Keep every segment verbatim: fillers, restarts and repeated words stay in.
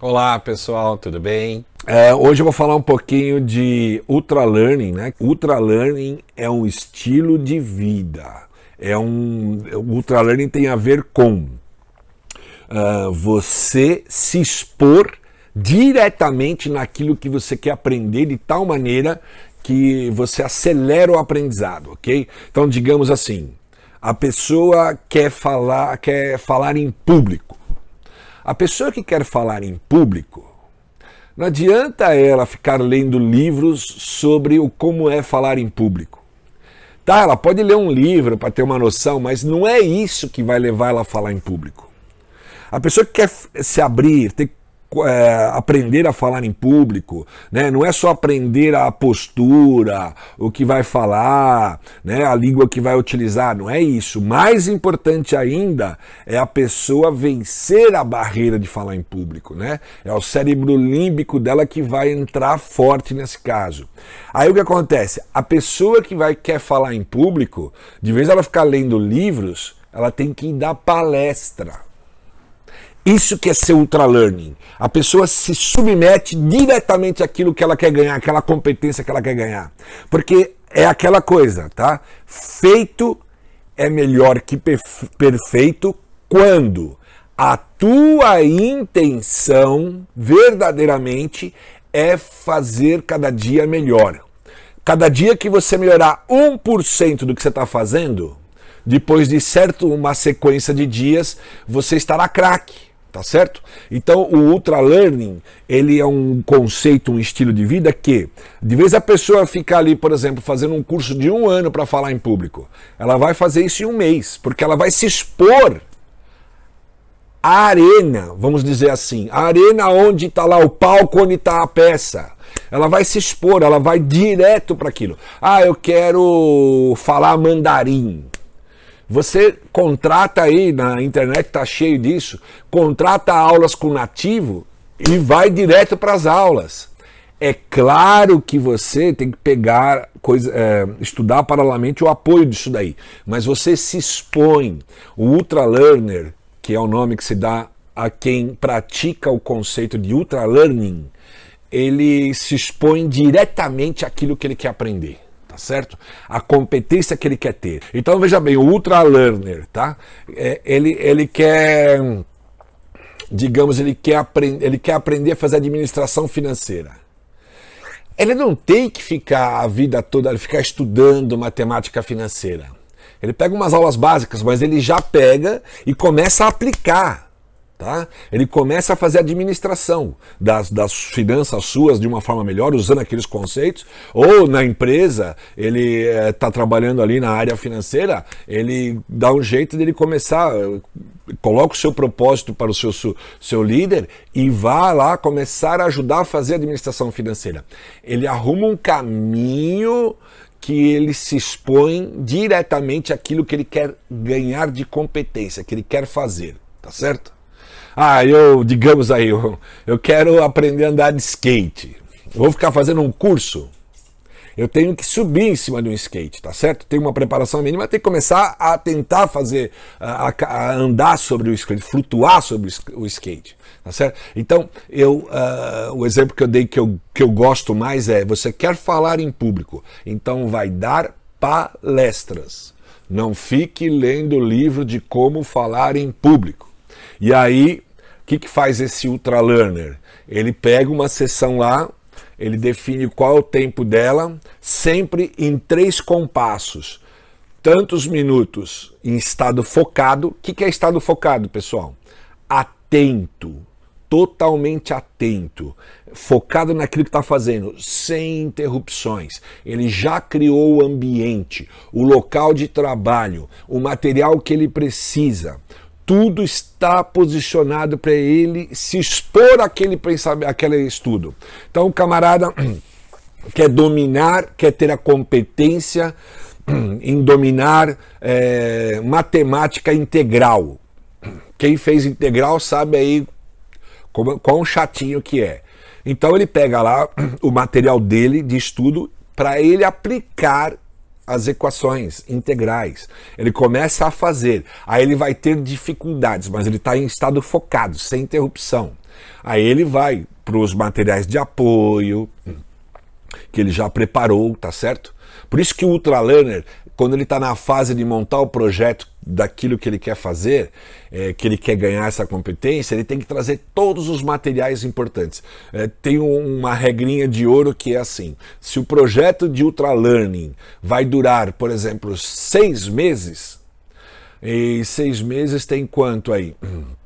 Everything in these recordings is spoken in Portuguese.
Olá pessoal, tudo bem? É, hoje eu vou falar um pouquinho de Ultra Learning, né? Ultra Learning é um estilo de vida. É um, o Ultra Learning tem a ver com uh, você se expor diretamente naquilo que você quer aprender de tal maneira que você acelera o aprendizado, ok? Então, digamos assim, a pessoa quer falar, quer falar em público. A pessoa que quer falar em público, não adianta ela ficar lendo livros sobre o como é falar em público. Tá, ela pode ler um livro para ter uma noção, mas não é isso que vai levar ela a falar em público. A pessoa que quer se abrir, ter É, aprender a falar em público, né? Não é só aprender a postura, o que vai falar, né? A língua que vai utilizar, não é isso. Mais importante ainda é a pessoa vencer a barreira de falar em público, né? É o cérebro límbico dela que vai entrar forte nesse caso. Aí o que acontece? A pessoa que vai quer falar em público, de vez ela ficar lendo livros, ela tem que dar palestra. Isso que é ser Ultra Learning. A pessoa se submete diretamente àquilo que ela quer ganhar, aquela competência que ela quer ganhar. Porque é aquela coisa, tá? Feito é melhor que perfeito quando a tua intenção verdadeiramente é fazer cada dia melhor. Cada dia que você melhorar um por cento do que você está fazendo, depois de certo uma sequência de dias, você estará craque. Tá certo? Então o Ultra Learning, ele é um conceito, um estilo de vida que, de vez a pessoa ficar ali, por exemplo, fazendo um curso de um ano para falar em público, ela vai fazer isso em um mês, porque ela vai se expor à arena, vamos dizer assim, a arena onde está lá o palco, onde está a peça. Ela vai se expor, ela vai direto para aquilo. Ah, eu quero falar mandarim. Você contrata aí, na internet tá cheio disso, contrata aulas com nativo e vai direto para as aulas. É claro que você tem que pegar, coisa, é, estudar paralelamente o apoio disso daí, mas você se expõe. O Ultra Learner, que é o nome que se dá a quem pratica o conceito de Ultra Learning, ele se expõe diretamente àquilo que ele quer aprender. Tá certo? A competência que ele quer ter. Então veja bem, o Ultra Learner, tá? É, ele, ele quer, digamos, ele quer, aprend, ele quer aprender a fazer administração financeira. Ele não tem que ficar a vida toda, ficar estudando matemática financeira. Ele pega umas aulas básicas, mas ele já pega e começa a aplicar. Tá? Ele começa a fazer administração das, das finanças suas de uma forma melhor, usando aqueles conceitos, ou na empresa, ele está é, trabalhando ali na área financeira, ele dá um jeito de ele começar, coloca o seu propósito para o seu, seu líder e vá lá começar a ajudar a fazer a administração financeira. Ele arruma um caminho que ele se expõe diretamente àquilo que ele quer ganhar de competência, que ele quer fazer, tá certo? Ah, eu, digamos aí, eu, eu quero aprender a andar de skate. Eu vou ficar fazendo um curso. Eu tenho que subir em cima de um skate, tá certo? Tem uma preparação mínima, tem que começar a tentar fazer, a, a andar sobre o skate, flutuar sobre o skate, tá certo? Então, eu, uh, o exemplo que eu dei que eu, que eu gosto mais é, você quer falar em público, então vai dar palestras. Não fique lendo livro de como falar em público. E aí, o que, que faz esse Ultra Learner? Ele pega uma sessão lá, ele define qual é o tempo dela, sempre em três compassos. Tantos minutos em estado focado. O que, que é estado focado, pessoal? Atento, totalmente atento, focado naquilo que está fazendo, sem interrupções. Ele já criou o ambiente, o local de trabalho, o material que ele precisa. Tudo está posicionado para ele se expor àquele pensamento, àquele estudo. Então o camarada quer dominar, quer ter a competência em dominar é, matemática integral. Quem fez integral sabe aí como, quão chatinho que é. Então ele pega lá o material dele de estudo para ele aplicar as equações integrais. Ele começa a fazer, aí ele vai ter dificuldades, mas ele está em estado focado, sem interrupção. Aí ele vai para os materiais de apoio que ele já preparou, tá certo? Por isso que o Ultralearner, quando ele está na fase de montar o projeto daquilo que ele quer fazer, é, que ele quer ganhar essa competência, ele tem que trazer todos os materiais importantes. É, tem uma regrinha de ouro que é assim: se o projeto de Ultralearning vai durar, por exemplo, seis meses, e seis meses tem quanto aí?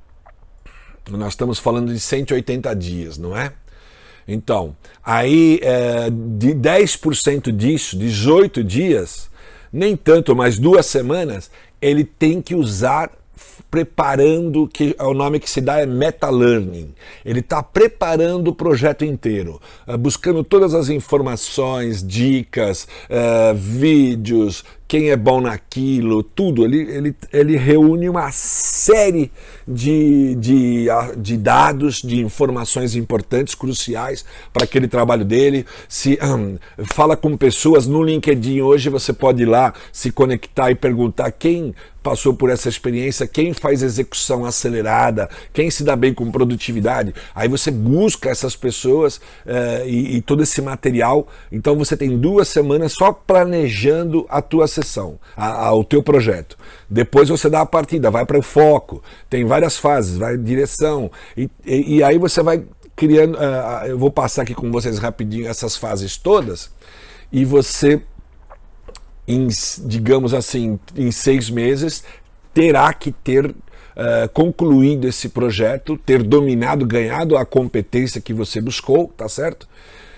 Nós estamos falando de cento e oitenta dias, não é? Então, aí é, de dez por cento disso, dezoito dias, nem tanto, mas duas semanas, ele tem que usar preparando, que é o nome que se dá é meta-learning. Ele está preparando o projeto inteiro, buscando todas as informações, dicas, uh, vídeos, quem é bom naquilo, tudo. Ele, ele, ele reúne uma série de, de, de dados, de informações importantes, cruciais para aquele trabalho dele. Se hum, fala com pessoas no LinkedIn hoje, você pode ir lá se conectar e perguntar quem passou por essa experiência, quem faz execução acelerada, quem se dá bem com produtividade. Aí você busca essas pessoas uh, e, e todo esse material. Então você tem duas semanas só planejando a tua sessão, a, a, o teu projeto. Depois você dá a partida, vai para o foco, tem várias fases, vai direção, e, e, e aí você vai criando, uh, eu vou passar aqui com vocês rapidinho essas fases todas, e você, em, digamos assim, em seis meses, terá que ter uh, concluído esse projeto, ter dominado, ganhado a competência que você buscou, tá certo?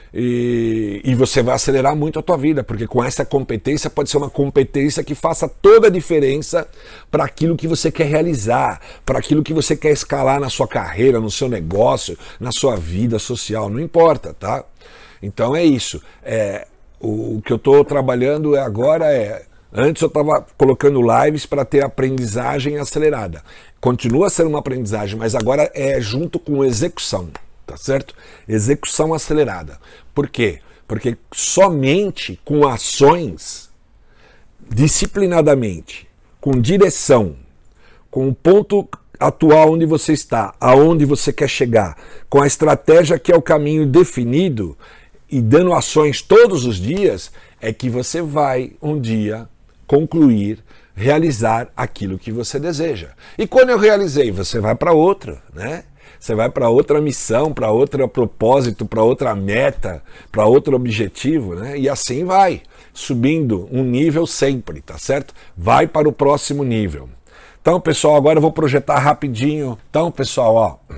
E, e você vai acelerar muito a tua vida, porque com essa competência pode ser uma competência que faça toda a diferença para aquilo que você quer realizar, para aquilo que você quer escalar na sua carreira, no seu negócio, na sua vida social, não importa, tá? Então é isso. É, o, o que eu estou trabalhando agora é... Antes eu estava colocando lives para ter aprendizagem acelerada. Continua sendo uma aprendizagem, mas agora é junto com execução. Tá certo? Execução acelerada. Por quê? Porque somente com ações, disciplinadamente, com direção, com o ponto atual onde você está, aonde você quer chegar, com a estratégia que é o caminho definido e dando ações todos os dias, é que você vai um dia concluir, realizar aquilo que você deseja. E quando eu realizei, você vai para outra, né? Você vai para outra missão, para outro propósito, para outra meta, para outro objetivo, né? E assim vai, subindo um nível sempre, tá certo? Vai para o próximo nível. Então, pessoal, agora eu vou projetar rapidinho. Então, pessoal, ó,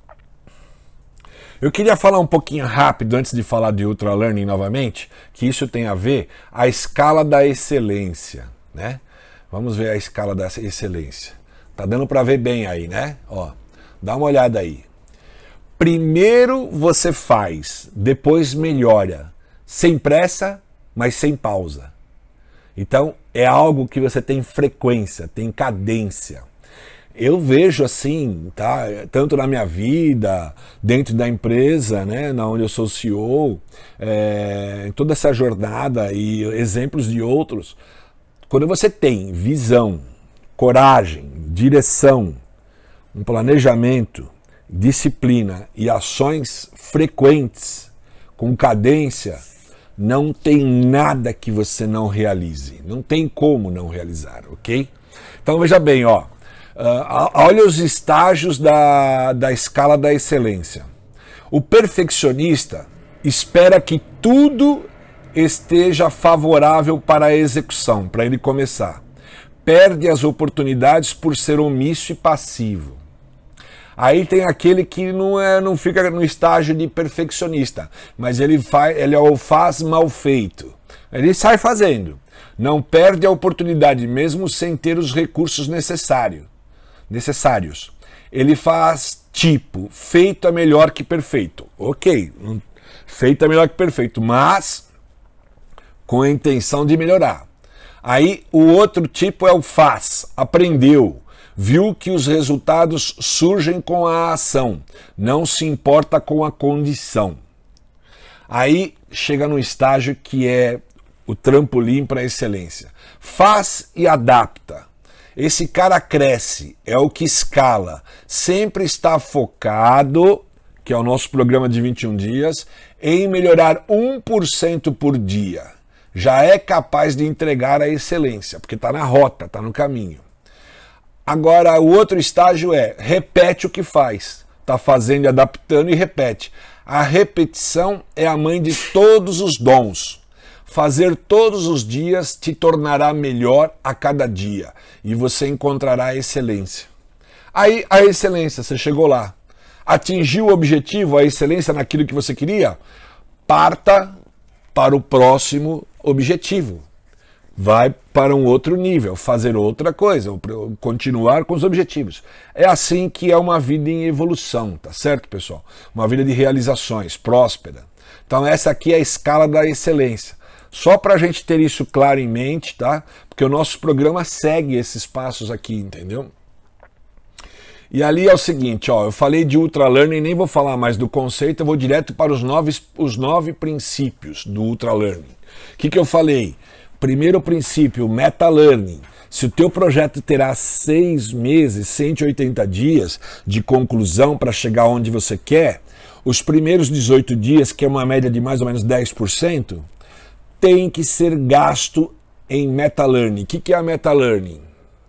eu queria falar um pouquinho rápido, antes de falar de Ultralearning novamente, que isso tem a ver a escala da excelência, né? Vamos ver a escala da excelência. Tá dando para ver bem aí, né? Ó. Dá uma olhada aí. Primeiro você faz, depois melhora. Sem pressa, mas sem pausa. Então, é algo que você tem frequência, tem cadência. Eu vejo assim, tá? Tanto na minha vida, dentro da empresa, né, na onde eu sou C E O, é, em toda essa jornada e exemplos de outros, quando você tem visão, coragem, direção, um planejamento, disciplina e ações frequentes, com cadência, não tem nada que você não realize. Não tem como não realizar, ok? Então veja bem, ó, uh, olha os estágios da, da escala da excelência. O perfeccionista espera que tudo esteja favorável para a execução, para ele começar. Perde as oportunidades por ser omisso e passivo. Aí tem aquele que não, é, não fica no estágio de perfeccionista, mas ele, faz, ele o faz mal feito. Ele sai fazendo. Não perde a oportunidade, mesmo sem ter os recursos necessário, necessários. Ele faz tipo, feito é melhor que perfeito. Ok, feito é melhor que perfeito, mas com a intenção de melhorar. Aí o outro tipo é o faz, aprendeu. Viu que os resultados surgem com a ação, não se importa com a condição. Aí chega no estágio que é o trampolim para a excelência. Faz e adapta. esse cara cresce, é o que escala, sempre está focado, que é o nosso programa de vinte e um dias, em melhorar um por cento por dia. Já é capaz de entregar a excelência, porque está na rota, está no caminho. Agora, o outro estágio é, repete o que faz. Está fazendo, adaptando e repete. A repetição é a mãe de todos os dons. Fazer todos os dias te tornará melhor a cada dia e você encontrará a excelência. Aí, a excelência, você chegou lá. Atingiu o objetivo, a excelência naquilo que você queria? Parta para o próximo objetivo. Vai para um outro nível, fazer outra coisa, continuar com os objetivos. É assim que é uma vida em evolução, tá certo, pessoal? Uma vida de realizações, próspera. Então essa aqui é a escala da excelência. Só para a gente ter isso claro em mente, tá? Porque o nosso programa segue esses passos aqui, entendeu? E ali é o seguinte, ó, eu falei de Ultra Learning, nem vou falar mais do conceito, eu vou direto para os nove, os nove princípios do Ultra Learning. O que, que eu falei? Primeiro princípio, Meta Learning. Se o teu projeto terá seis meses, cento e oitenta dias de conclusão para chegar onde você quer, os primeiros dezoito dias, que é uma média de mais ou menos dez por cento, tem que ser gasto em Meta Learning. O que, que é a Meta Learning?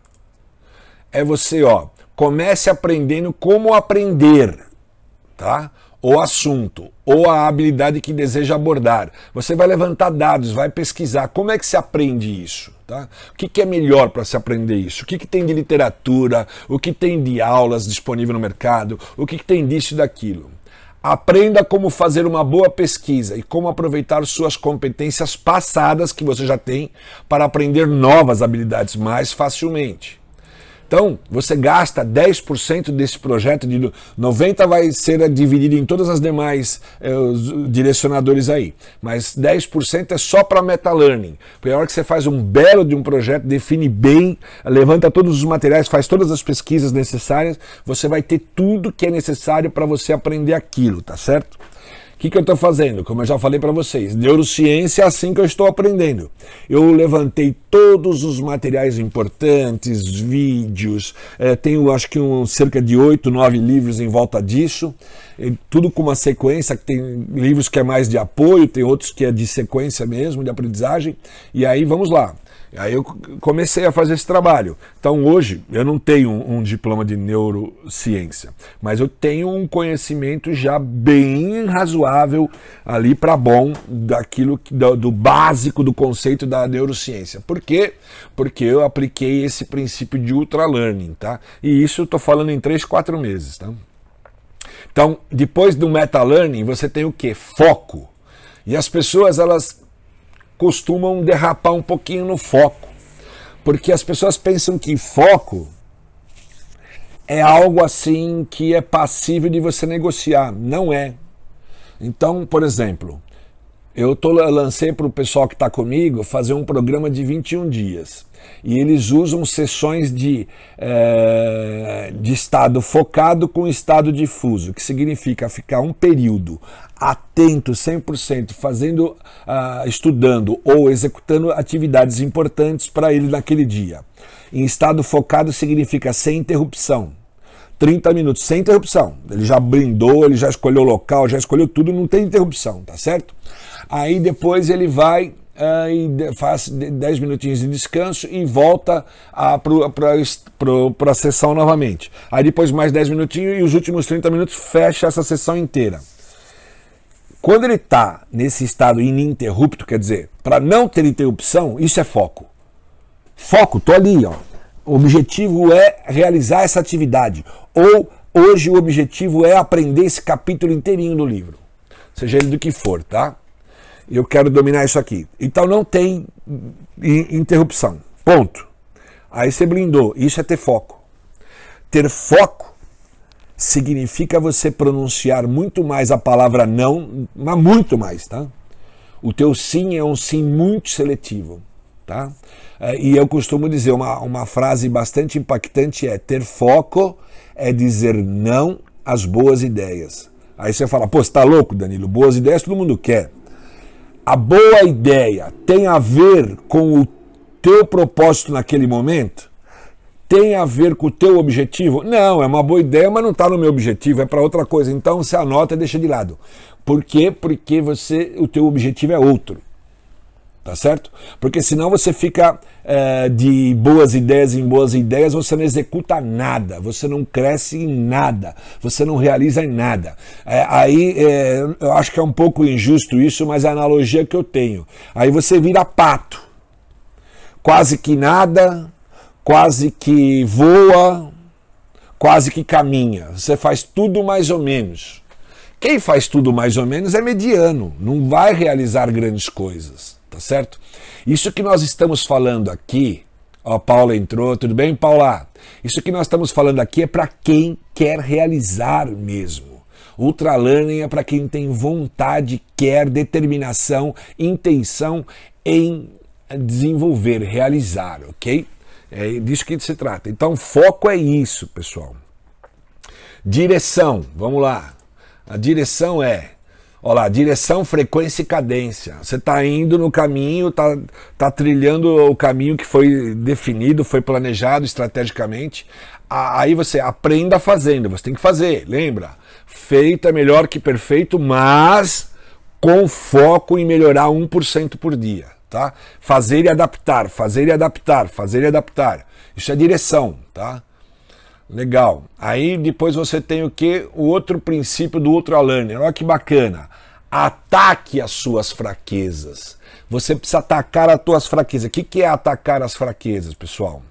É você, ó, comece aprendendo como aprender, tá? O assunto, ou a habilidade que deseja abordar. Você vai levantar dados, vai pesquisar. Como é que se aprende isso? Tá? O que, que é melhor para se aprender isso? O que, que tem de literatura? O que tem de aulas disponível no mercado? O que, que tem disso e daquilo? Aprenda como fazer uma boa pesquisa e como aproveitar suas competências passadas que você já tem para aprender novas habilidades mais facilmente. Então, você gasta dez por cento desse projeto, de noventa por cento vai ser dividido em todas as demais eh, os direcionadores aí, mas dez por cento é só para Meta Learning. Porque a hora que você faz um belo de um projeto, define bem, levanta todos os materiais, faz todas as pesquisas necessárias, você vai ter tudo que é necessário para você aprender aquilo, tá certo? O que, que eu estou fazendo? Como eu já falei para vocês, neurociência é assim que eu estou aprendendo. Eu levantei todos os materiais importantes, vídeos, é, tenho acho que um, cerca de oito, nove livros em volta disso, e tudo com uma sequência, que tem livros que é mais de apoio, tem outros que é de sequência mesmo, de aprendizagem, e aí vamos lá. Aí eu comecei a fazer esse trabalho. Então hoje eu não tenho um, um diploma de neurociência, mas eu tenho um conhecimento já bem razoável ali para bom daquilo do, do básico do conceito da neurociência. Por quê? Porque eu apliquei esse princípio de Ultra Learning, tá? E isso eu estou falando em três, quatro meses, tá? Então, depois do Meta Learning, você tem o quê? Foco. E as pessoas, elas costumam derrapar um pouquinho no foco, porque as pessoas pensam que foco é algo assim que é passível de você negociar. Não é. Então, por exemplo, eu tô, lancei para o pessoal que está comigo fazer um programa de vinte e um dias. E eles usam sessões de, é, de estado focado com estado difuso, que significa ficar um período atento cem por cento, fazendo, uh, estudando ou executando atividades importantes para ele naquele dia. Em estado focado significa sem interrupção. trinta minutos sem interrupção. Ele já brindou, ele já escolheu o local, já escolheu tudo, não tem interrupção, tá certo? Aí depois ele vai uh, e faz dez minutinhos de descanso e volta para a sessão novamente. Aí depois mais dez minutinhos e os últimos trinta minutos fecha essa sessão inteira. Quando ele está nesse estado ininterrupto, quer dizer, para não ter interrupção, isso é foco. Foco, tô ali, ó. O objetivo é realizar essa atividade. Ou hoje o objetivo é aprender esse capítulo inteirinho do livro. Seja ele do que for, tá? Eu quero dominar isso aqui. Então não tem interrupção. Ponto. Aí você blindou. Isso é ter foco. Ter foco significa você pronunciar muito mais a palavra não, mas muito mais, tá? O teu sim é um sim muito seletivo, tá? E eu costumo dizer, uma, uma frase bastante impactante é: ter foco é dizer não às boas ideias. Aí você fala, pô, você tá louco, Danilo? Boas ideias todo mundo quer. A boa ideia tem a ver com o teu propósito naquele momento? tem a ver com o teu objetivo? Não, é uma boa ideia, mas não está no meu objetivo, é para outra coisa. Então você anota e deixa de lado. Por quê? Porque você, o teu objetivo é outro. Tá certo? Porque senão você fica é, de boas ideias em boas ideias, você não executa nada, você não cresce em nada, você não realiza em nada. É, aí é, eu acho que é um pouco injusto isso, mas é a analogia que eu tenho. Aí você vira pato, quase que nada, quase que voa, quase que caminha. Você faz tudo mais ou menos. Quem faz tudo mais ou menos é mediano, não vai realizar grandes coisas. Tá certo? Isso que nós estamos falando aqui, ó, Paula entrou, tudo bem, Paula? Isso que nós estamos falando aqui é para quem quer realizar mesmo. Ultra Learning é para quem tem vontade, quer, determinação, intenção em desenvolver, realizar, ok? É disso que se trata. Então, foco é isso, pessoal. Direção, vamos lá. A direção é... Olha lá, direção, frequência e cadência. Você está indo no caminho, está tá trilhando o caminho que foi definido, foi planejado estrategicamente. Aí você aprenda fazendo, você tem que fazer, lembra? Feito é melhor que perfeito, mas com foco em melhorar um por cento por dia. Tá? Fazer e adaptar, fazer e adaptar, fazer e adaptar. Isso é direção, tá? Legal. Aí depois você tem o que? O outro princípio do Ultra Learning. Olha que bacana. Ataque as suas fraquezas. Você precisa atacar as suas fraquezas. O que é atacar as fraquezas, pessoal?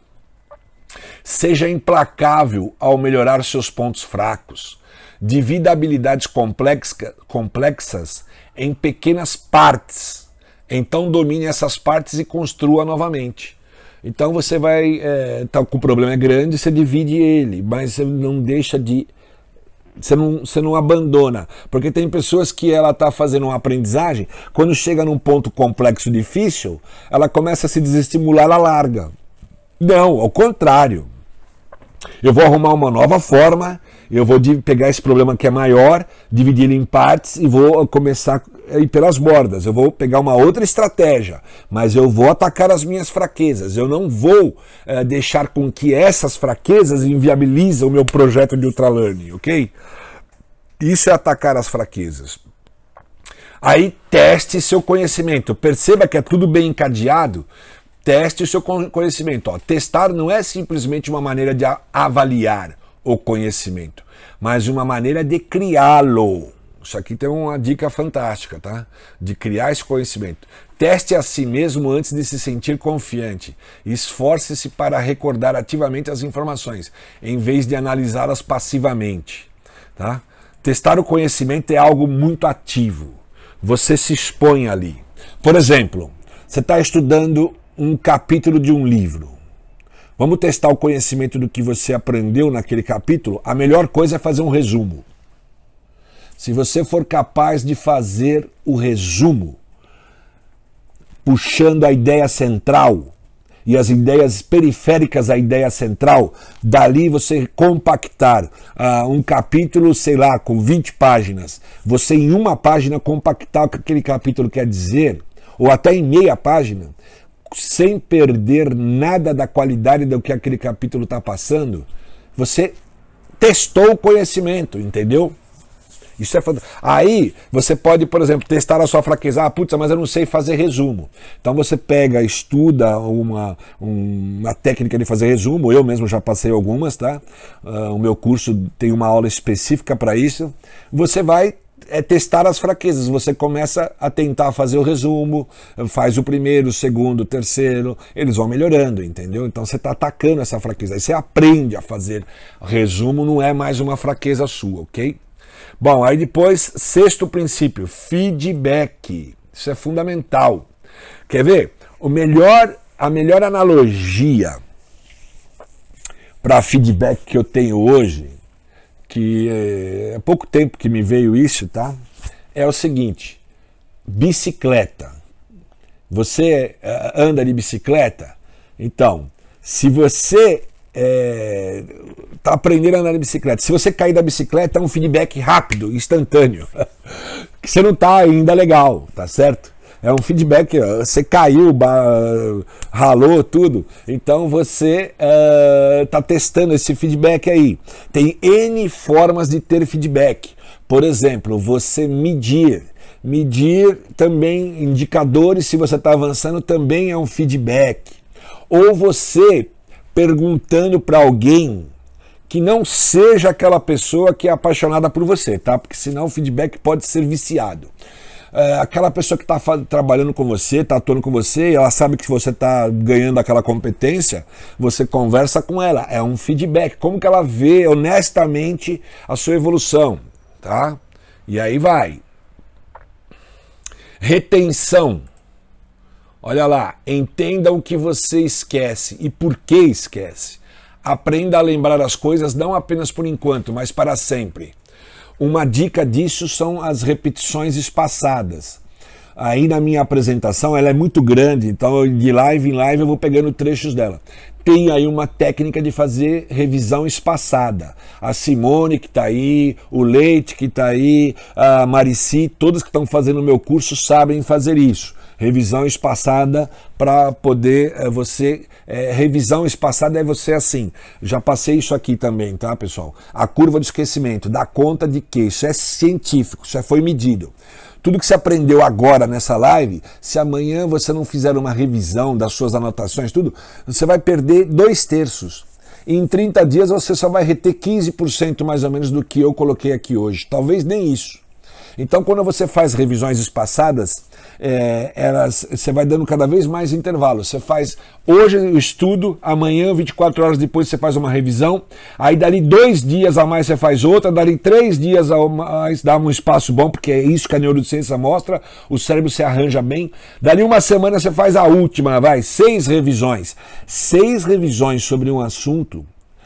Seja implacável ao melhorar seus pontos fracos. Divida habilidades complexas em pequenas partes. Então domine essas partes e construa novamente. Então você vai, é, tá com o problema grande, você divide ele, mas você não deixa de, você não, você não abandona, porque tem pessoas que ela está fazendo uma aprendizagem, quando chega num ponto complexo, difícil, ela começa a se desestimular, ela larga. Não, ao contrário. Eu vou arrumar uma nova forma, eu vou pegar esse problema que é maior, dividir ele em partes e vou começar a ir pelas bordas. Eu vou pegar uma outra estratégia, mas eu vou atacar as minhas fraquezas. Eu não vou é, deixar com que essas fraquezas inviabilizem o meu projeto de Ultra Learning, ok? Isso é atacar as fraquezas. Aí teste seu conhecimento. Perceba que é tudo bem encadeado. Teste o seu conhecimento. Ó, testar não é simplesmente uma maneira de avaliar o conhecimento, mas uma maneira de criá-lo. Isso aqui tem uma dica fantástica, tá? De criar esse conhecimento. Teste a si mesmo antes de se sentir confiante. Esforce-se para recordar ativamente as informações, em vez de analisá-las passivamente. Tá? Testar o conhecimento é algo muito ativo. Você se expõe ali. Por exemplo, você está estudando um capítulo de um livro. Vamos testar o conhecimento do que você aprendeu naquele capítulo? A melhor coisa é fazer um resumo. Se você for capaz de fazer o resumo, puxando a ideia central e as ideias periféricas à ideia central, dali você compactar uh, um capítulo, sei lá, com vinte páginas, você em uma página compactar o que aquele capítulo quer dizer, ou até em meia página, sem perder nada da qualidade do que aquele capítulo está passando, você testou o conhecimento, entendeu? Isso é fantástico. Aí você pode, por exemplo, testar a sua fraqueza. Ah, putz, mas eu não sei fazer resumo. Então você pega, estuda uma, uma técnica de fazer resumo. Eu mesmo já passei algumas, tá? Uh, o meu curso tem uma aula específica para isso. Você vai é, testar as fraquezas. Você começa a tentar fazer o resumo, faz o primeiro, o segundo, o terceiro. Eles vão melhorando, entendeu? Então você está atacando essa fraqueza. Aí você aprende a fazer resumo, não é mais uma fraqueza sua, ok? Bom, aí depois, sexto princípio, feedback. Isso é fundamental. Quer ver? O melhor, a melhor analogia para feedback que eu tenho hoje, que é, é pouco tempo que me veio isso, tá? É o seguinte, bicicleta. Você uh, anda de bicicleta? Então, se você É, tá aprendendo a andar de bicicleta. Se você cair da bicicleta, é um feedback rápido, instantâneo. Que você não tá ainda legal, tá certo? É um feedback, você caiu, ralou tudo. Então você está uh, testando esse feedback aí. Tem N formas de ter feedback. Por exemplo, você medir. Medir também indicadores, se você está avançando, também é um feedback. Ou você perguntando para alguém que não seja aquela pessoa que é apaixonada por você, tá? Porque senão o feedback pode ser viciado. É, aquela pessoa que está trabalhando com você, está atuando com você, ela sabe que você está ganhando aquela competência, você conversa com ela, é um feedback. Como que ela vê honestamente a sua evolução, tá? E aí vai. Retenção. Olha lá, entenda o que você esquece e por que esquece. Aprenda a lembrar as coisas não apenas por enquanto, mas para sempre. Uma dica disso são as repetições espaçadas. Aí na minha apresentação, ela é muito grande, então de live em live eu vou pegando trechos dela. Tem aí uma técnica de fazer revisão espaçada. A Simone que está aí, o Leite que está aí, a Marici, todos que estão fazendo o meu curso sabem fazer isso. Revisão espaçada para poder é, você... É, revisão espaçada é você assim. Já passei isso aqui também, tá, pessoal? A curva de esquecimento dá conta de que isso é científico, isso foi medido. Tudo que você aprendeu agora nessa live, se amanhã você não fizer uma revisão das suas anotações, tudo, você vai perder dois terços. E em trinta dias você só vai reter quinze por cento mais ou menos do que eu coloquei aqui hoje. Talvez nem isso. Então, quando você faz revisões espaçadas, é, elas, você vai dando cada vez mais intervalo. Você faz hoje o estudo, amanhã, vinte e quatro horas depois, você faz uma revisão, aí dali dois dias a mais você faz outra, dali três dias a mais dá um espaço bom, porque é isso que a neurociência mostra, o cérebro se arranja bem. Dali uma semana você faz a última, vai, seis revisões. Seis revisões sobre um assunto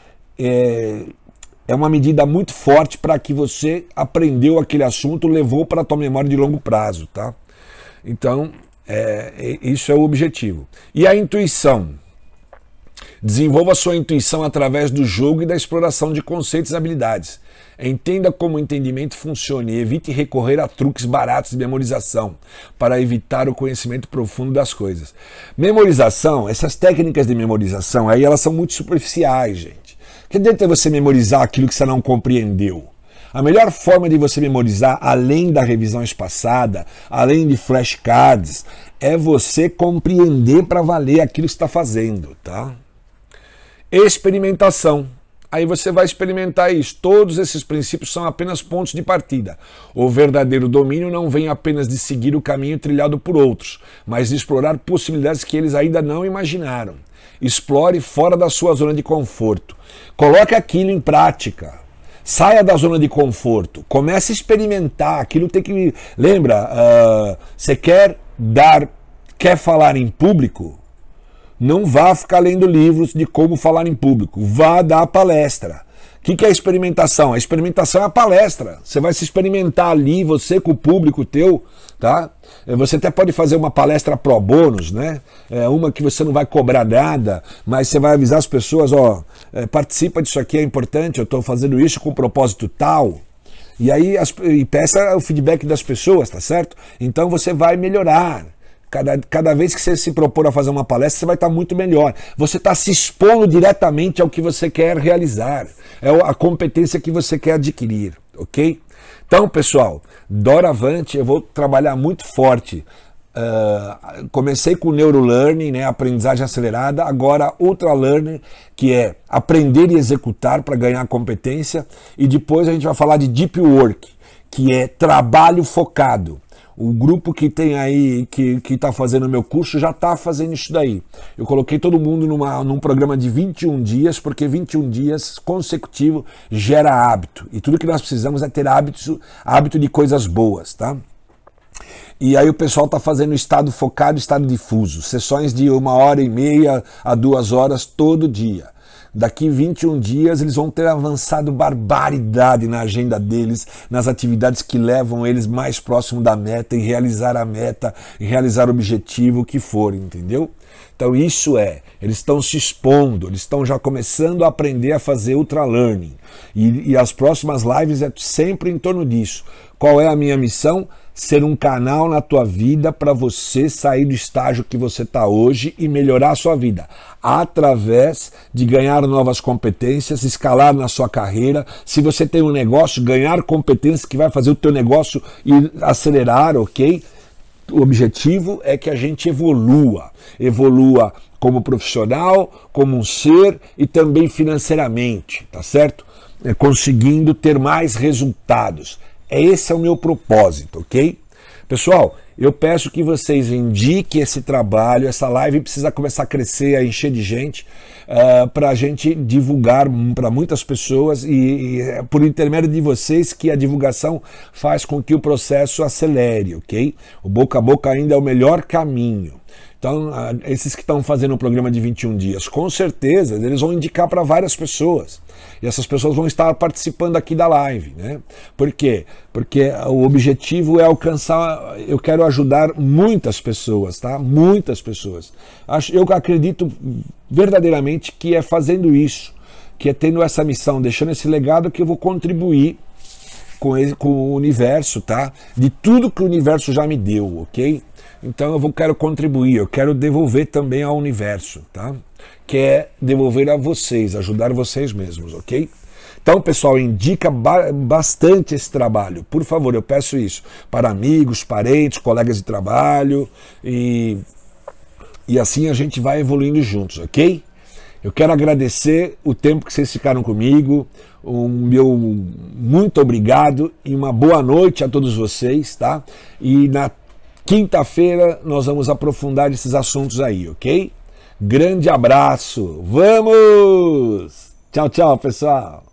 é... É uma medida muito forte para que você aprendeu aquele assunto, levou para a tua memória de longo prazo, tá? Então, é, isso é o objetivo. E a intuição? Desenvolva a sua intuição através do jogo e da exploração de conceitos e habilidades. Entenda como o entendimento funciona e evite recorrer a truques baratos de memorização para evitar o conhecimento profundo das coisas. Memorização, essas técnicas de memorização aí, elas são muito superficiais, gente. Que adianta você memorizar aquilo que você não compreendeu? A melhor forma de você memorizar, além da revisão espaçada, além de flashcards, é você compreender para valer aquilo que você está fazendo, tá? Experimentação. Aí você vai experimentar isso. Todos esses princípios são apenas pontos de partida. O verdadeiro domínio não vem apenas de seguir o caminho trilhado por outros, mas de explorar possibilidades que eles ainda não imaginaram. Explore fora da sua zona de conforto. Coloque aquilo em prática. Saia da zona de conforto. Comece a experimentar. Aquilo tem que... Lembra, uh, você quer dar, quer falar em público? Não vá ficar lendo livros de como falar em público. Vá dar palestra. O que, que é a experimentação? A experimentação é a palestra. Você vai se experimentar ali, você com o público teu, tá? Você até pode fazer uma palestra pro bônus, né? É uma que você não vai cobrar nada, mas você vai avisar as pessoas, ó, é, participa disso aqui, é importante, eu estou fazendo isso com um propósito tal. E aí as, e peça o feedback das pessoas, tá certo? Então você vai melhorar. Cada, cada vez que você se propor a fazer uma palestra, você vai estar muito melhor. Você está se expondo diretamente ao que você quer realizar. É a competência que você quer adquirir, ok? Então, pessoal, doravante eu vou trabalhar muito forte. Uh, comecei com Neurolearning, né, aprendizagem acelerada, agora Ultra Learning, que é aprender e executar para ganhar competência. E depois a gente vai falar de Deep Work, que é trabalho focado. O grupo que tem aí, que está fazendo o meu curso, já está fazendo isso daí. Eu coloquei todo mundo numa, num programa de vinte e um dias, porque vinte e um dias consecutivo gera hábito. E tudo que nós precisamos é ter hábitos, hábito de coisas boas, tá? E aí o pessoal está fazendo estado focado, estado difuso. Sessões de uma hora e meia a duas horas todo dia. Daqui vinte e um dias eles vão ter avançado barbaridade na agenda deles, nas atividades que levam eles mais próximo da meta, em realizar a meta, em realizar o objetivo que for, entendeu? Então isso é, eles estão se expondo, eles estão já começando a aprender a fazer Ultra Learning. E, e as próximas lives é sempre em torno disso. Qual é a minha missão? ser um canal na tua vida para você sair do estágio que você está hoje e melhorar a sua vida, através de ganhar novas competências, escalar na sua carreira. Se você tem um negócio, ganhar competências que vai fazer o teu negócio ir acelerar, ok? O objetivo é que a gente evolua, evolua como profissional, como um ser e também financeiramente, tá certo? É, conseguindo ter mais resultados. Esse é o meu propósito, ok? Pessoal, eu peço que vocês indiquem esse trabalho, essa live precisa começar a crescer, a encher de gente, uh, para a gente divulgar para muitas pessoas e, e é por intermédio de vocês que a divulgação faz com que o processo acelere, ok? O boca a boca ainda é o melhor caminho. Então, esses que estão fazendo o programa de vinte e um dias, com certeza, eles vão indicar para várias pessoas. E essas pessoas vão estar participando aqui da live, né? Por quê? Porque o objetivo é alcançar, eu quero ajudar muitas pessoas, tá? Muitas pessoas. Eu acredito verdadeiramente que é fazendo isso, que é tendo essa missão, deixando esse legado, que eu vou contribuir com, ele, com o universo, tá? De tudo que o universo já me deu, ok? Então eu vou, quero contribuir, eu quero devolver também ao universo, tá? Que é devolver a vocês, ajudar vocês mesmos, ok? Então, pessoal, indica ba bastante esse trabalho. Por favor, eu peço isso para amigos, parentes, colegas de trabalho e, e assim a gente vai evoluindo juntos, ok? Eu quero agradecer o tempo que vocês ficaram comigo, o meu muito obrigado e uma boa noite a todos vocês, tá? E na quinta-feira nós vamos aprofundar esses assuntos aí, ok? Grande abraço, vamos! Tchau, tchau, pessoal!